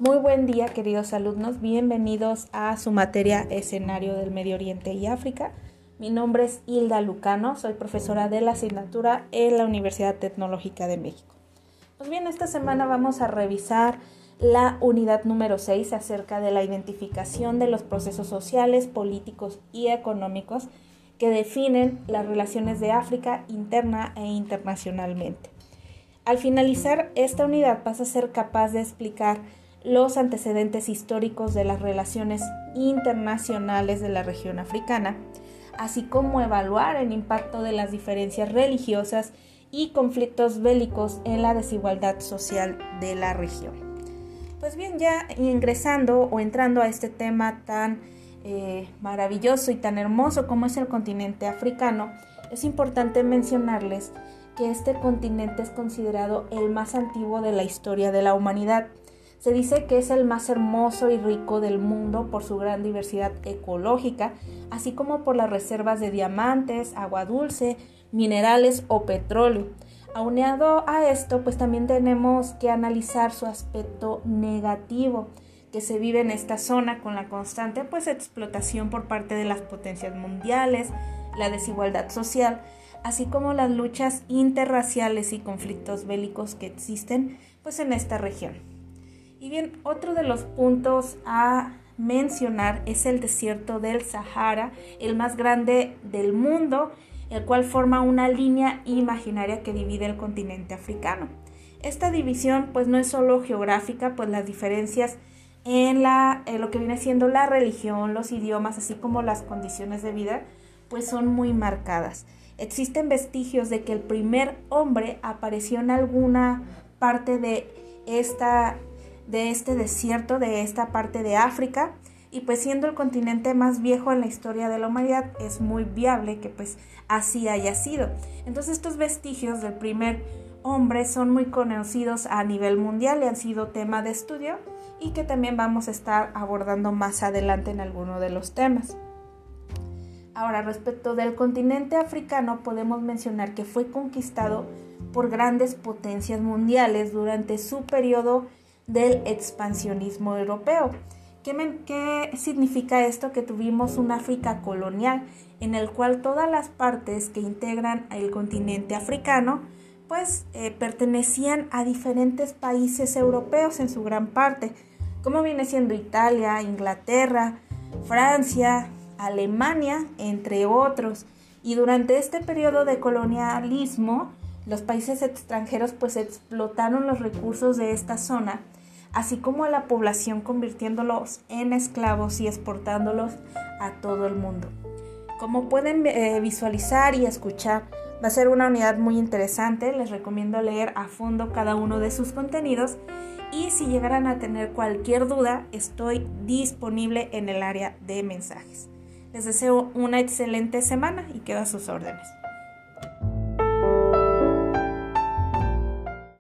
Muy buen día, queridos alumnos. Bienvenidos a su materia Escenario del Medio Oriente y África. Mi nombre es Hilda Lucano, soy profesora de la asignatura en la Universidad Tecnológica de México. Pues bien, esta semana vamos a revisar la unidad número 6 acerca de la identificación de los procesos sociales, políticos y económicos que definen las relaciones de África interna e internacionalmente. Al finalizar esta unidad vas a ser capaz de explicar los antecedentes históricos de las relaciones internacionales de la región africana, así como evaluar el impacto de las diferencias religiosas y conflictos bélicos en la desigualdad social de la región. Pues bien, ya ingresando o entrando a este tema tan maravilloso y tan hermoso como es el continente africano, es importante mencionarles que este continente es considerado el más antiguo de la historia de la humanidad. Se dice que es el más hermoso y rico del mundo por su gran diversidad ecológica, así como por las reservas de diamantes, agua dulce, minerales o petróleo. Aunado a esto, pues también tenemos que analizar su aspecto negativo que se vive en esta zona con la constante explotación por parte de las potencias mundiales, la desigualdad social, así como las luchas interraciales y conflictos bélicos que existen en esta región. Y bien, otro de los puntos a mencionar es el desierto del Sahara, el más grande del mundo, el cual forma una línea imaginaria que divide el continente africano. Esta división no es solo geográfica, las diferencias en lo que viene siendo la religión, los idiomas, así como las condiciones de vida, son muy marcadas. Existen vestigios de que el primer hombre apareció en alguna parte de este desierto, de esta parte de África, y siendo el continente más viejo en la historia de la humanidad, es muy viable que así haya sido. Entonces estos vestigios del primer hombre son muy conocidos a nivel mundial y han sido tema de estudio y que también vamos a estar abordando más adelante en alguno de los temas. Ahora, respecto del continente africano, podemos mencionar que fue conquistado por grandes potencias mundiales durante su periodo del expansionismo europeo. ¿Qué significa esto? Que tuvimos un África colonial en el cual todas las partes que integran el continente africano pertenecían a diferentes países europeos en su gran parte, como viene siendo Italia, Inglaterra, Francia, Alemania, entre otros. Y durante este periodo de colonialismo, los países extranjeros explotaron los recursos de esta zona, así como a la población, convirtiéndolos en esclavos y exportándolos a todo el mundo. Como pueden visualizar y escuchar, va a ser una unidad muy interesante. Les recomiendo leer a fondo cada uno de sus contenidos y si llegaran a tener cualquier duda, estoy disponible en el área de mensajes. Les deseo una excelente semana y quedo a sus órdenes.